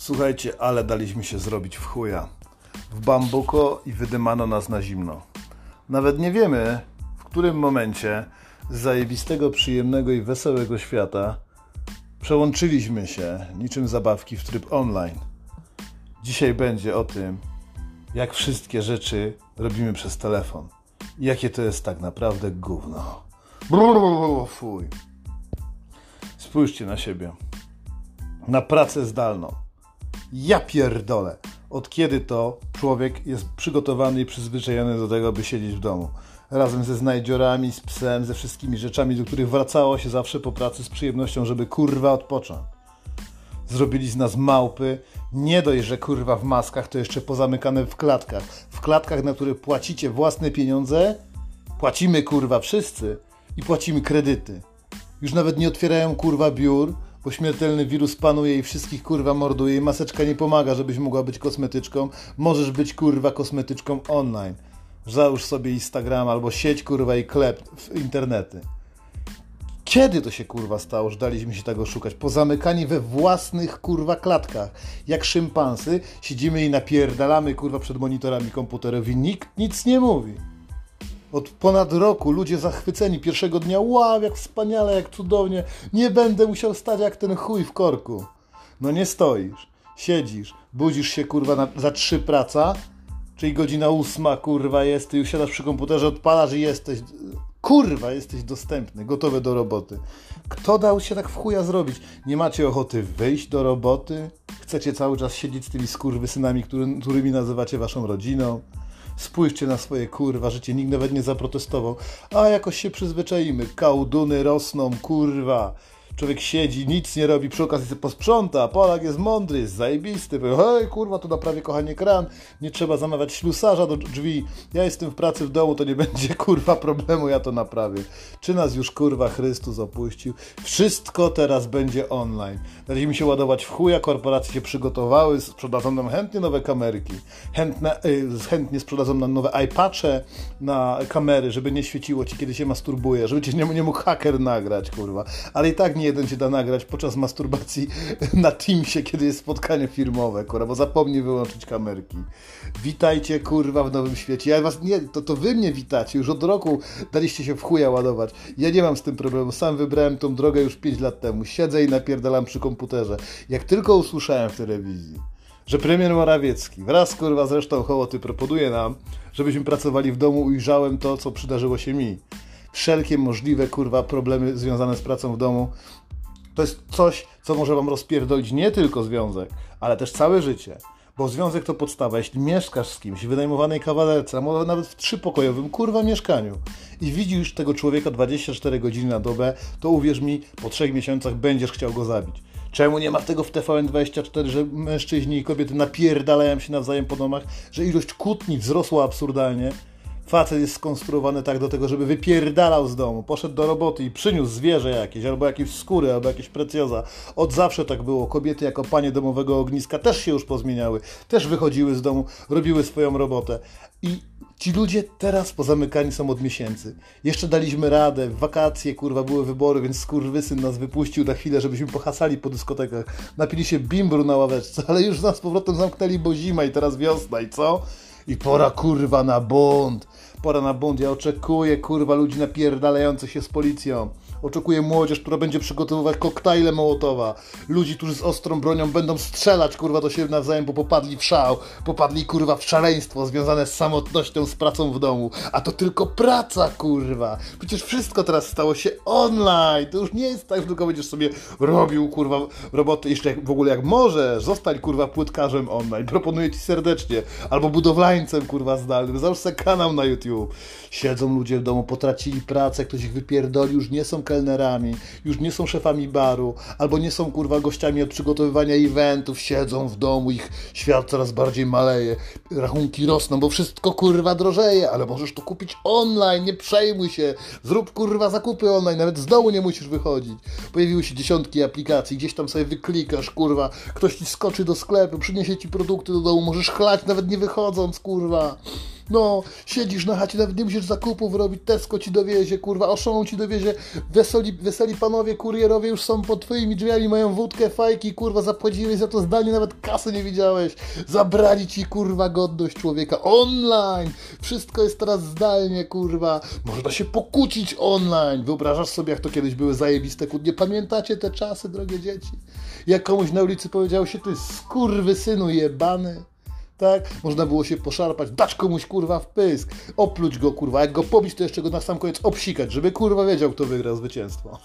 Słuchajcie, ale daliśmy się zrobić w chuja. W bambuko i wydymano nas na zimno. Nawet nie wiemy, w którym momencie z zajebistego, przyjemnego i wesołego świata przełączyliśmy się niczym zabawki w tryb online. Dzisiaj będzie o tym, jak wszystkie rzeczy robimy przez telefon. I jakie to jest tak naprawdę gówno. Fuj. Spójrzcie na siebie. Na pracę zdalną. Ja pierdolę. Od kiedy to człowiek jest przygotowany i przyzwyczajony do tego, by siedzieć w domu? Razem ze znajdziorami, z psem, ze wszystkimi rzeczami, do których wracało się zawsze po pracy z przyjemnością, żeby kurwa odpocząć. Zrobili z nas małpy. Nie dość, że kurwa w maskach, to jeszcze pozamykane w klatkach. W klatkach, na które płacicie własne pieniądze. Płacimy kurwa wszyscy i płacimy kredyty. Już nawet nie otwierają kurwa biur, bo śmiertelny wirus panuje i wszystkich kurwa morduje i maseczka nie pomaga, żebyś mogła być kosmetyczką. Możesz być kurwa kosmetyczką online. Załóż sobie Instagram albo sieć kurwa i klep w internety. Kiedy to się kurwa stało, że daliśmy się tego szukać? Pozamykani we własnych kurwa klatkach. Jak szympansy siedzimy i napierdalamy kurwa przed monitorami komputerów i nikt nic nie mówi. Od ponad roku ludzie zachwyceni pierwszego dnia, wow, jak wspaniale, jak cudownie, nie będę musiał stać jak ten chuj w korku. No nie stoisz, siedzisz, budzisz się kurwa za 3 praca, czyli godzina 8 kurwa jest, ty już siadasz przy komputerze, odpalasz i jesteś, kurwa jesteś dostępny, gotowy do roboty. Kto dał się tak w chuja zrobić? Nie macie ochoty wyjść do roboty? Chcecie cały czas siedzieć z tymi skurwysynami, którymi nazywacie waszą rodziną? Spójrzcie na swoje kurwa życie, nikt nawet nie zaprotestował. A jakoś się przyzwyczaimy. Kałduny rosną, kurwa. Człowiek siedzi, nic nie robi, przy okazji sobie posprząta. Polak jest mądry, jest zajebisty. Hej, kurwa, tu naprawię kochanie kran. Nie trzeba zamawiać ślusarza do drzwi. Ja jestem w pracy w domu, to nie będzie kurwa problemu, ja to naprawię. Czy nas już kurwa Chrystus opuścił? Wszystko teraz będzie online. Daliśmy się ładować w chuja, korporacje się przygotowały, sprzedadzą nam chętnie nowe kamerki. Chętnie sprzedadzą nam nowe iPatche na kamery, żeby nie świeciło ci, kiedy się masturbuje, żeby cię nie mógł haker nagrać, kurwa. Ale i tak nie jeden się da nagrać podczas masturbacji na Teamsie, kiedy jest spotkanie firmowe, kurwa, bo zapomnij wyłączyć kamerki. Witajcie, kurwa, w nowym świecie. Ja was nie, to wy mnie witacie. Już od roku daliście się w chuja ładować. Ja nie mam z tym problemu. Sam wybrałem tą drogę już 5 lat temu. Siedzę i napierdalam przy komputerze. Jak tylko usłyszałem w telewizji, że premier Morawiecki wraz, kurwa, z resztą hołoty proponuje nam, żebyśmy pracowali w domu, ujrzałem to, co przydarzyło się mi. Wszelkie możliwe, kurwa, problemy związane z pracą w domu. To jest coś, co może wam rozpierdolić nie tylko związek, ale też całe życie. Bo związek to podstawa. Jeśli mieszkasz z kimś w wynajmowanej kawalerce, a nawet w 3-pokojowym, kurwa, mieszkaniu i widzisz tego człowieka 24 godziny na dobę, to uwierz mi, po 3 miesiącach będziesz chciał go zabić. Czemu nie ma tego w TVN24, że mężczyźni i kobiety napierdalają się nawzajem po domach, że ilość kłótni wzrosła absurdalnie? Facet jest skonstruowany tak do tego, żeby wypierdalał z domu, poszedł do roboty i przyniósł zwierzę jakieś, albo jakieś skóry, albo jakieś precjoza. Od zawsze tak było. Kobiety jako panie domowego ogniska też się już pozmieniały. Też wychodziły z domu, robiły swoją robotę. I ci ludzie teraz pozamykani są od miesięcy. Jeszcze daliśmy radę, w wakacje, kurwa, były wybory, więc skurwysyn nas wypuścił na chwilę, żebyśmy pohasali po dyskotekach. Napili się bimbru na ławeczce, ale już nas z powrotem zamknęli, bo zima i teraz wiosna i co? I pora kurwa na bunt. Pora na bunt. Ja oczekuję kurwa ludzi napierdalających się z policją. Oczekuję młodzież, która będzie przygotowywać koktajle Mołotowa. Ludzi, którzy z ostrą bronią będą strzelać kurwa do siebie nawzajem, bo popadli w szał. Popadli kurwa w szaleństwo związane z samotnością, z pracą w domu. A to tylko praca kurwa. Przecież wszystko teraz stało się online. To już nie jest tak, że tylko będziesz sobie robił kurwa roboty. Jeszcze w ogóle jak możesz. Zostań kurwa płytkarzem online. Proponuję ci serdecznie. Albo budowlańcem kurwa zdalnym. Załóż sobie kanał na YouTube. Siedzą ludzie w domu, potracili pracę, ktoś ich wypierdoli, już nie są kelnerami, już nie są szefami baru, albo nie są kurwa gościami od przygotowywania eventów, siedzą w domu, ich świat coraz bardziej maleje, rachunki rosną, bo wszystko kurwa drożeje, ale możesz to kupić online, nie przejmuj się, zrób kurwa zakupy online, nawet z domu nie musisz wychodzić. Pojawiły się dziesiątki aplikacji, gdzieś tam sobie wyklikasz, kurwa, ktoś ci skoczy do sklepu, przyniesie ci produkty do domu, możesz chlać nawet nie wychodząc, kurwa. No, siedzisz na chacie, nawet nie musisz zakupów robić, Tesco ci dowiezie, kurwa, Auchan ci dowiezie, weseli panowie kurierowie już są pod twoimi drzwiami, mają wódkę, fajki, kurwa, zapłaciłeś za to zdalnie, nawet kasy nie widziałeś, zabrali ci, kurwa, godność człowieka, online, wszystko jest teraz zdalnie, kurwa, można się pokłócić online, wyobrażasz sobie, jak to kiedyś były zajebiste kłótnie, pamiętacie te czasy, drogie dzieci? Jak komuś na ulicy powiedział się, ty skurwysynu jebany, tak? Można było się poszarpać, dać komuś, kurwa, w pysk, opluć go, kurwa, jak go pobić, to jeszcze go na sam koniec obsikać, żeby, kurwa, wiedział, kto wygrał zwycięstwo.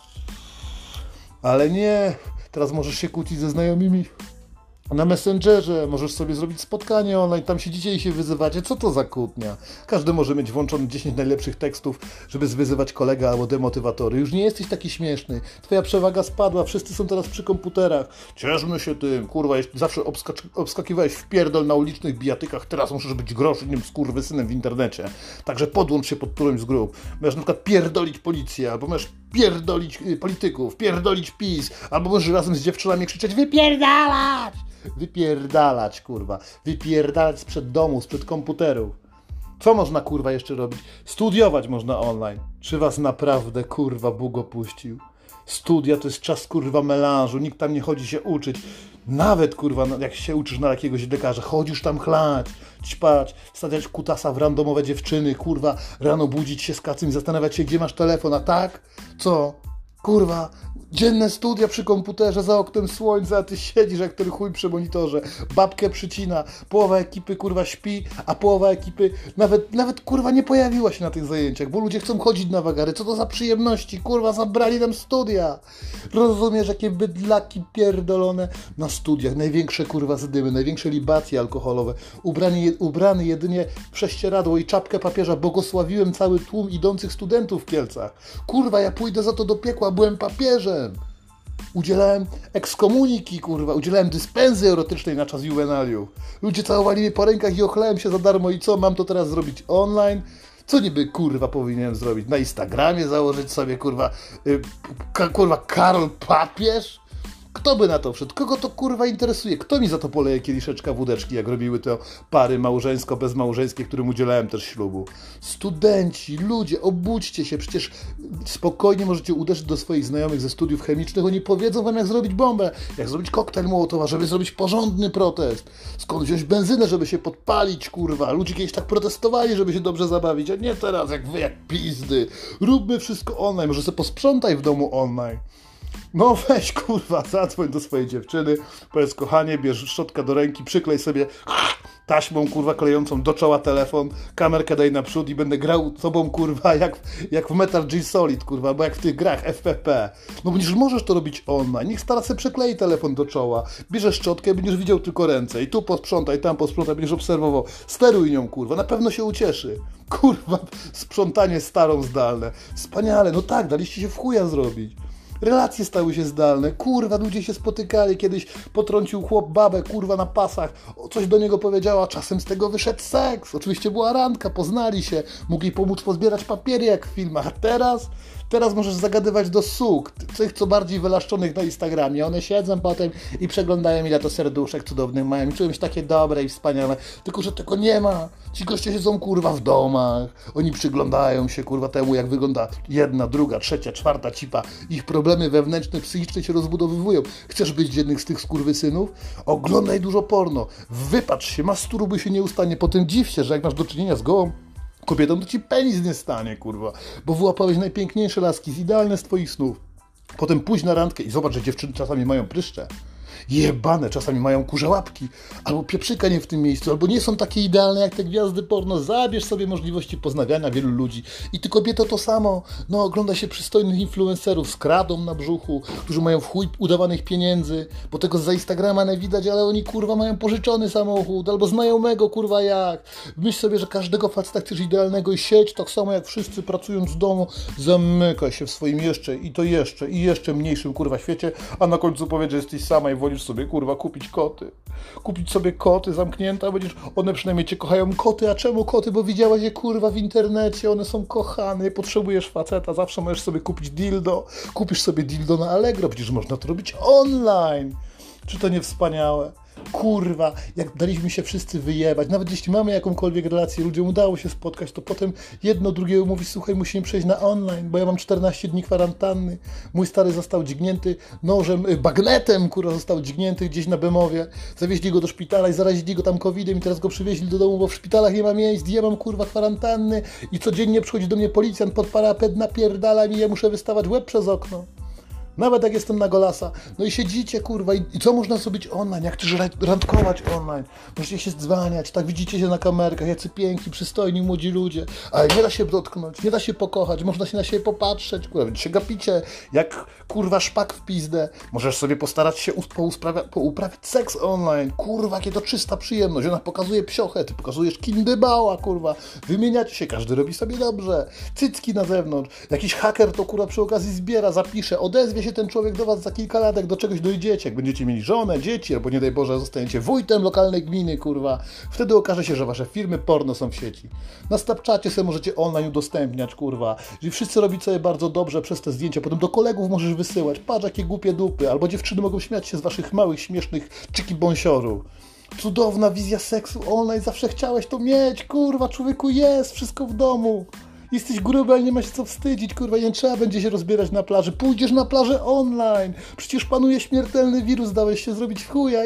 Ale nie, teraz możesz się kłócić ze znajomymi na Messengerze, możesz sobie zrobić spotkanie online, tam siedzicie i się wyzywacie. Co to za kłótnia? Każdy może mieć włączone 10 najlepszych tekstów, żeby zwyzywać kolegę albo demotywatory. Już nie jesteś taki śmieszny. Twoja przewaga spadła, wszyscy są teraz przy komputerach. Cieszmy się tym, kurwa, zawsze obskakiwałeś w pierdol na ulicznych bijatykach, teraz możesz być groźnym skurwysynem w internecie. Także podłącz się pod którymś z grup. Możesz na przykład pierdolić policję, albo możesz pierdolić polityków, pierdolić PiS, albo możesz razem z dziewczynami krzyczeć wypierdalać! Wypierdalać, kurwa. Wypierdalać sprzed domu, sprzed komputerów. Co można, kurwa, jeszcze robić? Studiować można online. Czy was naprawdę, kurwa, Bóg opuścił? Studia to jest czas, kurwa, melanżu. Nikt tam nie chodzi się uczyć. Nawet, kurwa, jak się uczysz na jakiegoś lekarza, chodzisz tam chlać, ćpać, wstawiać kutasa w randomowe dziewczyny, kurwa, rano budzić się z kacem i zastanawiać się, gdzie masz telefon, a tak? Co? Kurwa, dzienne studia przy komputerze, za oknem słońce, a ty siedzisz jak ten chuj przy monitorze, babkę przycina, połowa ekipy, kurwa, śpi, a połowa ekipy nawet kurwa, nie pojawiła się na tych zajęciach, bo ludzie chcą chodzić na wagary. Co to za przyjemności, kurwa, zabrali nam studia. Rozumiesz, jakie bydlaki pierdolone na studiach, największe, kurwa, zdymy, największe libacje alkoholowe, ubrany jedynie w prześcieradło i czapkę papieża, błogosławiłem cały tłum idących studentów w Kielcach. Kurwa, ja pójdę za to do piekła, byłem papieżem. Udzielałem ekskomuniki, kurwa, udzielałem dyspensy erotycznej na czas juwenaliów. Ludzie całowali mnie po rękach i ochlałem się za darmo. I co, mam to teraz zrobić online? Co niby, kurwa, powinienem zrobić? Na Instagramie założyć sobie, kurwa, kurwa, Karol Papież? Kto by na to wszedł? Kogo to, kurwa, interesuje? Kto mi za to poleje kieliszeczka wódeczki, jak robiły to pary małżeńsko-bezmałżeńskie, którym udzielałem też ślubu? Studenci, ludzie, obudźcie się, przecież spokojnie możecie uderzyć do swoich znajomych ze studiów chemicznych, oni powiedzą wam, jak zrobić bombę, jak zrobić koktajl Mołotowa, żeby zrobić porządny protest, skąd wziąć benzynę, żeby się podpalić, kurwa. Ludzie kiedyś tak protestowali, żeby się dobrze zabawić, a nie teraz, jak wy, jak pizdy. Róbmy wszystko online, może sobie posprzątaj w domu online. No weź, kurwa, zadzwoń do swojej dziewczyny, powiedz, kochanie, bierz szczotkę do ręki, przyklej sobie taśmą, kurwa, klejącą do czoła telefon, kamerkę daj naprzód i będę grał tobą, kurwa, jak w Metal Gear Solid, kurwa, albo jak w tych grach FPP. No będziesz, możesz to robić online, niech stara sobie przyklei telefon do czoła, bierzesz szczotkę, będziesz widział tylko ręce i tu posprzątaj, tam posprzątaj, będziesz obserwował, steruj nią, kurwa, na pewno się ucieszy. Kurwa, sprzątanie starą zdalne, wspaniale, no tak, daliście się w chuja zrobić. Relacje stały się zdalne, kurwa, ludzie się spotykali, kiedyś potrącił chłop babę, kurwa, na pasach, coś do niego powiedziała, czasem z tego wyszedł seks, oczywiście była randka, poznali się, mógł jej pomóc pozbierać papiery jak w filmach, a teraz możesz zagadywać do suk, tych co bardziej wylaszczonych na Instagramie, one siedzą potem i przeglądają, ile to serduszek cudownych mają i czują się takie dobre i wspaniałe, tylko że tego nie ma, ci goście siedzą, kurwa, w domach, oni przyglądają się, kurwa, temu, jak wygląda jedna, druga, trzecia, czwarta cipa, ich problemy wewnętrzne, psychiczne się rozbudowywują. Chcesz być jednym z tych skurwysynów? Oglądaj dużo porno, wypatrz się, masturbuj się nieustannie, potem dziw się, że jak masz do czynienia z gołą kobietą, to ci penis nie stanie, kurwa, bo wyłapałeś najpiękniejsze laski, idealne z twoich snów. Potem pójdź na randkę i zobacz, że dziewczyny czasami mają pryszcze. Jebane, czasami mają kurze łapki, albo pieprzyka nie w tym miejscu, albo nie są takie idealne jak te gwiazdy porno. Zabierz sobie możliwości poznawiania wielu ludzi. I ty, kobieto, to samo. No, ogląda się przystojnych influencerów z kradą na brzuchu, którzy mają w chuj udawanych pieniędzy, bo tego za Instagrama nie widać, ale oni, kurwa, mają pożyczony samochód, albo znajomego, kurwa, jak. Myśl sobie, że każdego faceta chcesz idealnego i siedź tak samo jak wszyscy, pracując z domu, zamykaj się w swoim jeszcze mniejszym, kurwa, świecie, a na końcu powiedz, że jesteś sama i wolisz sobie, kurwa, kupić koty. Kupić sobie koty zamknięte, a będziesz, one przynajmniej cię kochają. Koty, a czemu koty? Bo widziałaś je, kurwa, w internecie, one są kochane, nie potrzebujesz faceta, zawsze możesz sobie kupić dildo. Kupisz sobie dildo na Allegro, przecież można to robić online. Czy to nie wspaniałe? Kurwa, jak daliśmy się wszyscy wyjebać, nawet jeśli mamy jakąkolwiek relację, ludziom udało się spotkać, to potem jedno drugiego mówi, słuchaj, musimy przejść na online, bo ja mam 14 dni kwarantanny, mój stary został dźgnięty nożem, bagnetem, kurwa, został dźgnięty gdzieś na Bemowie, zawieźli go do szpitala i zarazili go tam COVID-em i teraz go przywieźli do domu, bo w szpitalach nie ma miejsc, ja mam, kurwa, kwarantanny i codziennie przychodzi do mnie policjant pod parapet, napierdala mi, ja muszę wystawać łeb przez okno. Nawet jak jestem na golasa. No i siedzicie, kurwa, i co można zrobić online? Jak chcesz randkować online? Możecie się dzwaniać, tak widzicie się na kamerkach, jacy piękni, przystojni, młodzi ludzie. Ale nie da się dotknąć, nie da się pokochać, można się na siebie popatrzeć, kurwa, się gapicie, jak, kurwa, szpak w pizdę. Możesz sobie postarać się pouprawiać seks online. Kurwa, jakie to czysta przyjemność. Ona pokazuje psiochę, ty pokazujesz kindybała, kurwa. Wymieniacie się, każdy robi sobie dobrze. Cycki na zewnątrz. Jakiś haker to, kurwa, przy okazji zbiera, zapisze, odezwie się ten człowiek do was za kilka lat, jak do czegoś dojdziecie, jak będziecie mieli żonę, dzieci, albo nie daj Boże, zostaniecie wójtem lokalnej gminy, kurwa. Wtedy okaże się, że wasze firmy porno są w sieci. Na Snapchacie sobie możecie online udostępniać, kurwa. Jeżeli wszyscy robią sobie bardzo dobrze przez te zdjęcia, potem do kolegów możesz wysyłać. Patrz, jakie głupie dupy. Albo dziewczyny mogą śmiać się z waszych małych, śmiesznych czyki-bąsiorów. Cudowna wizja seksu online, zawsze chciałeś to mieć, kurwa, człowieku, jest, wszystko w domu. Jesteś gruby, ale nie ma się co wstydzić, kurwa, nie trzeba będzie się rozbierać na plaży. Pójdziesz na plażę online. Przecież panuje śmiertelny wirus, dałeś się zrobić w chuja,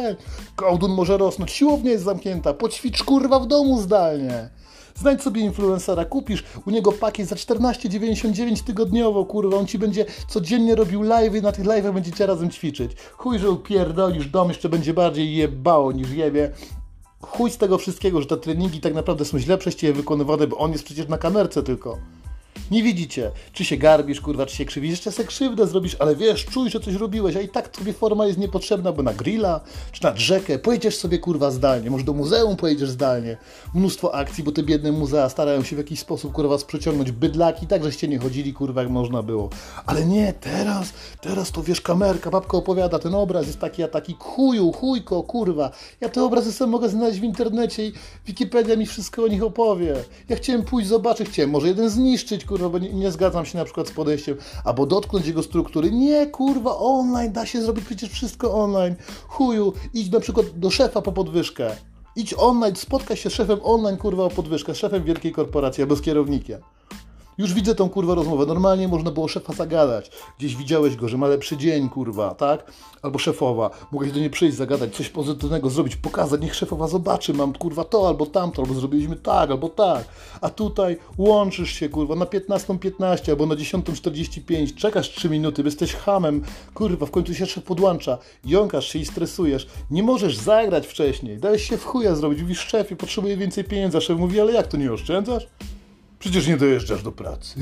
Kołdun może rosnąć, siłownia jest zamknięta, poćwicz, kurwa, w domu zdalnie. Znajdź sobie influencera, kupisz u niego pakiet za 14,99 tygodniowo, kurwa, on ci będzie codziennie robił live'y, na tych live'ach będziecie razem ćwiczyć. Chuj, że upierdolisz dom, jeszcze będzie bardziej jebało niż jebie. Chuj z tego wszystkiego, że te treningi tak naprawdę są źle przez ciebie wykonywane, bo on jest przecież na kamerce tylko. Nie widzicie, czy się garbisz, kurwa, czy się krzywisz, jeszcze sobie krzywdę zrobisz, ale wiesz, czuj, że coś robiłeś, a i tak tobie forma jest niepotrzebna, bo na grilla, czy nad rzekę, pojedziesz sobie, kurwa, zdalnie, może do muzeum pojedziesz zdalnie. Mnóstwo akcji, bo te biedne muzea starają się w jakiś sposób, kurwa, was przyciągnąć, bydlaki, tak żeście nie chodzili, kurwa, jak można było. Ale nie, teraz to, wiesz, kamerka, babka opowiada, ten obraz jest taki, a taki, chuju, chujko, kurwa. Ja te obrazy sobie mogę znaleźć w internecie i Wikipedia mi wszystko o nich opowie. Ja chciałem pójść zobaczyć, chciałem może jeden zniszczyć, kurwa, bo nie zgadzam się na przykład z podejściem, albo dotknąć jego struktury. Nie, kurwa, online, da się zrobić przecież wszystko online. Chuju, idź na przykład do szefa po podwyżkę. Idź online, spotkaj się z szefem online, kurwa, o podwyżkę, z szefem wielkiej korporacji albo z kierownikiem. Już widzę tą, kurwa, rozmowę. Normalnie można było szefa zagadać. Gdzieś widziałeś go, że ma lepszy dzień, kurwa, tak? Albo szefowa. Mogłeś do niej przyjść, zagadać, coś pozytywnego zrobić, pokazać. Niech szefowa zobaczy, mam, kurwa, to albo tamto, albo zrobiliśmy tak, albo tak. A tutaj łączysz się, kurwa, na 15:15 albo na 10:45. Czekasz 3 minuty, bo jesteś chamem. Kurwa, w końcu się szef podłącza. Jąkasz się i stresujesz. Nie możesz zagrać wcześniej. Dałeś się w chuja zrobić. Mówisz, szefie, potrzebuję więcej pieniędzy. A szef mówi, ale jak to nie oszczędzasz? Przecież nie dojeżdżasz do pracy.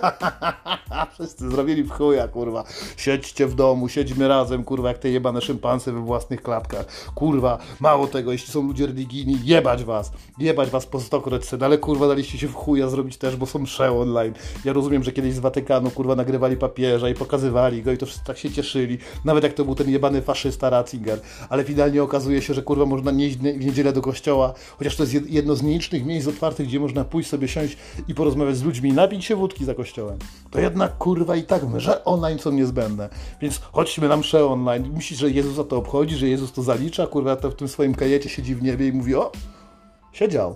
Wszyscy zrobili w chuja, kurwa. Siedźcie w domu, siedźmy razem, kurwa, jak te jebane szympansy we własnych klatkach. Kurwa, mało tego, jeśli są ludzie religijni, jebać was po stokroć sen, ale kurwa, daliście się w chuja zrobić też, bo są msze online. Ja rozumiem, że kiedyś z Watykanu, kurwa, nagrywali papieża i pokazywali go i to wszyscy tak się cieszyli. Nawet jak to był ten jebany faszysta Ratzinger. Ale finalnie okazuje się, że kurwa, można nie iść w niedzielę do kościoła, chociaż to jest jedno z nielicznych miejsc otwartych, gdzie można pójść sobie, siąść i porozmawiać z ludźmi, napić się wódki za kościołem. To jednak, kurwa, i tak msze online są niezbędne. Więc chodźmy na msze online. Myślisz, że Jezus za to obchodzi, że Jezus to zalicza? Kurwa, to w tym swoim kajecie siedzi w niebie i mówi, o, siedział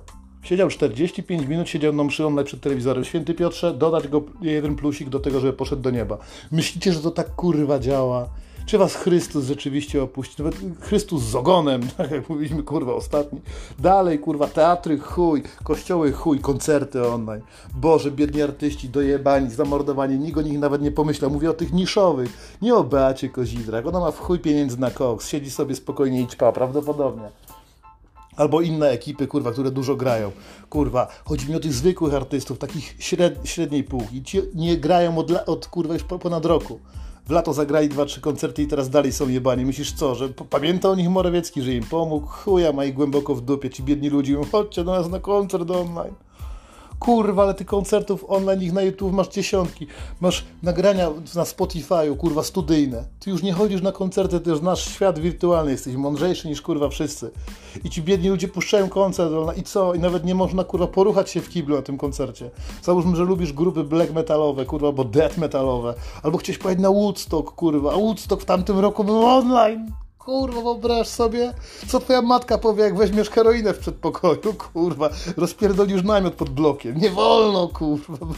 45 minut, siedział na mszy online przed telewizorem. Święty Piotrze, dodać go jeden plusik do tego, żeby poszedł do nieba. Myślicie, że to tak, kurwa, działa? Czy was Chrystus rzeczywiście opuści? Nawet Chrystus z ogonem, tak jak mówiliśmy, kurwa, ostatni. Dalej, kurwa, teatry, chuj, kościoły, chuj, koncerty online. Boże, biedni artyści, dojebani, zamordowani, nikt o nich nawet nie pomyślał. Mówię o tych niszowych, nie o Beacie Kozidrak. Ona ma w chuj pieniędzy na koks, siedzi sobie spokojnie i ćpa, prawdopodobnie. Albo inne ekipy, kurwa, które dużo grają. Kurwa, chodzi mi o tych zwykłych artystów, takich średniej półki. Ci nie grają od kurwa, już ponad roku. W lato zagrali 2-3 koncerty i teraz dalej są jebani. Myślisz co, że pamięta o nich Morawiecki, że im pomógł? Chuja, ma ich głęboko w dupie. Ci biedni ludzie mówią, chodźcie do nas na koncert online. Kurwa, ale tych koncertów online, ich na YouTube masz dziesiątki. Masz nagrania na Spotify'u, kurwa, studyjne. Ty już nie chodzisz na koncerty, ty już znasz świat wirtualny, jesteś mądrzejszy niż, kurwa, wszyscy. I ci biedni ludzie puszczają koncert online i co? I nawet nie można, kurwa, poruchać się w kiblu na tym koncercie. Załóżmy, że lubisz grupy black metalowe, kurwa, albo death metalowe. Albo chciałeś pojechać na Woodstock, kurwa, a Woodstock w tamtym roku był online. kurwa, wyobraź sobie, co twoja matka powie, jak weźmiesz heroinę w przedpokoju, kurwa, rozpierdolisz namiot pod blokiem. Nie wolno, kurwa.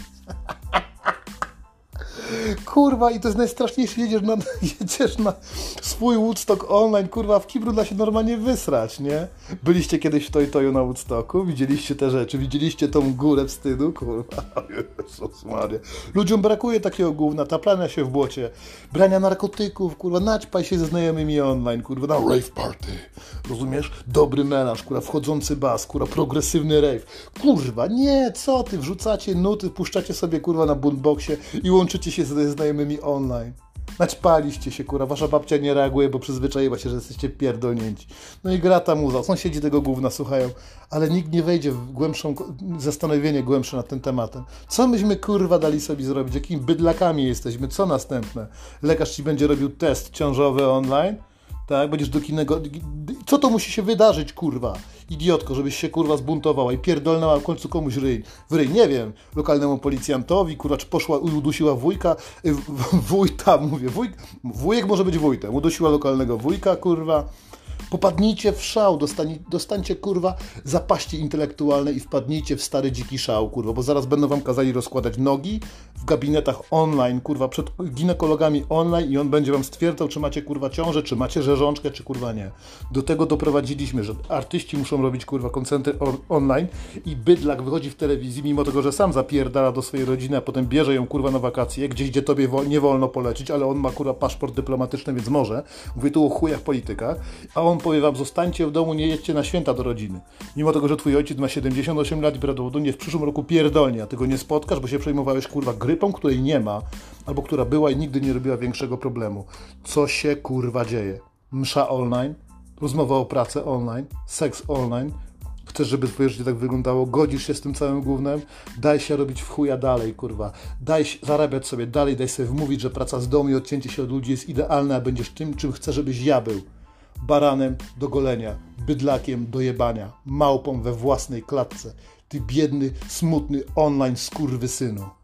Kurwa, i to jest najstraszniejsze, jedziesz na swój Woodstock online, kurwa, w kibru da się normalnie wysrać, nie? Byliście kiedyś w Toju na Woodstocku? Widzieliście te rzeczy? Widzieliście tą górę wstydu? Kurwa, Jezus Maria. Ludziom brakuje takiego gówna, taplania się w błocie, brania narkotyków, kurwa, naćpaj się ze znajomymi online, kurwa, na rave party, rozumiesz? Dobry melanż, kurwa, wchodzący bas, kurwa, progresywny rave. Kurwa, nie, co ty, wrzucacie nuty, puszczacie sobie, kurwa, na boomboxie i łączycie się ze znajomymi online. Naćpaliście się, kurwa, wasza babcia nie reaguje, bo przyzwyczaiła się, że jesteście pierdolnięci. No i gra ta muza, sąsiedzi tego gówna słuchają, ale nikt nie wejdzie w zastanowienie głębsze nad tym tematem. Co myśmy, kurwa, dali sobie zrobić? Jakimi bydlakami jesteśmy? Co następne? Lekarz ci będzie robił test ciążowy online? Tak, będziesz do kinnego... Co to musi się wydarzyć, kurwa? Idiotko, żebyś się, kurwa, zbuntowała i pierdolnęła w końcu komuś w ryj, nie wiem, lokalnemu policjantowi, kurwa, czy poszła, udusiła wujka, wujek może być wójtem, udusiła lokalnego wujka, kurwa. Popadnijcie w szał, dostańcie, kurwa, zapaści intelektualne i wpadnijcie w stary dziki szał, kurwa, bo zaraz będą wam kazali rozkładać nogi w gabinetach online, kurwa, przed ginekologami online i on będzie wam stwierdzał, czy macie, kurwa, ciążę, czy macie rzeżączkę, czy, kurwa, nie. Do tego doprowadziliśmy, że artyści muszą robić, kurwa, koncerty online i bydlak wychodzi w telewizji, mimo tego, że sam zapierdala do swojej rodziny, a potem bierze ją, kurwa, na wakacje, gdzieś, gdzie tobie nie wolno polecieć, ale on ma, kurwa, paszport dyplomatyczny, więc może. Mówię tu o chujach politykach, a on powie wam, zostańcie w domu, nie jedźcie na święta do rodziny. Mimo tego, że twój ojciec ma 78 lat i prawdopodobnie w przyszłym roku pierdolnie, a ty go nie spotkasz, bo się przejmowałeś, kurwa, grypą, której nie ma, albo która była i nigdy nie robiła większego problemu. Co się, kurwa, dzieje? Msza online, rozmowa o pracy online, seks online. Chcesz, żeby twoje życie tak wyglądało? Godzisz się z tym całym gównem? Daj się robić w chuja dalej, kurwa. Daj się zarabiać sobie dalej, daj sobie wmówić, że praca z domu i odcięcie się od ludzi jest idealne, a będziesz tym, czym chcę, żebyś ja był. Baranem do golenia, bydlakiem do jebania, małpą we własnej klatce. Ty biedny, smutny online skurwysynu.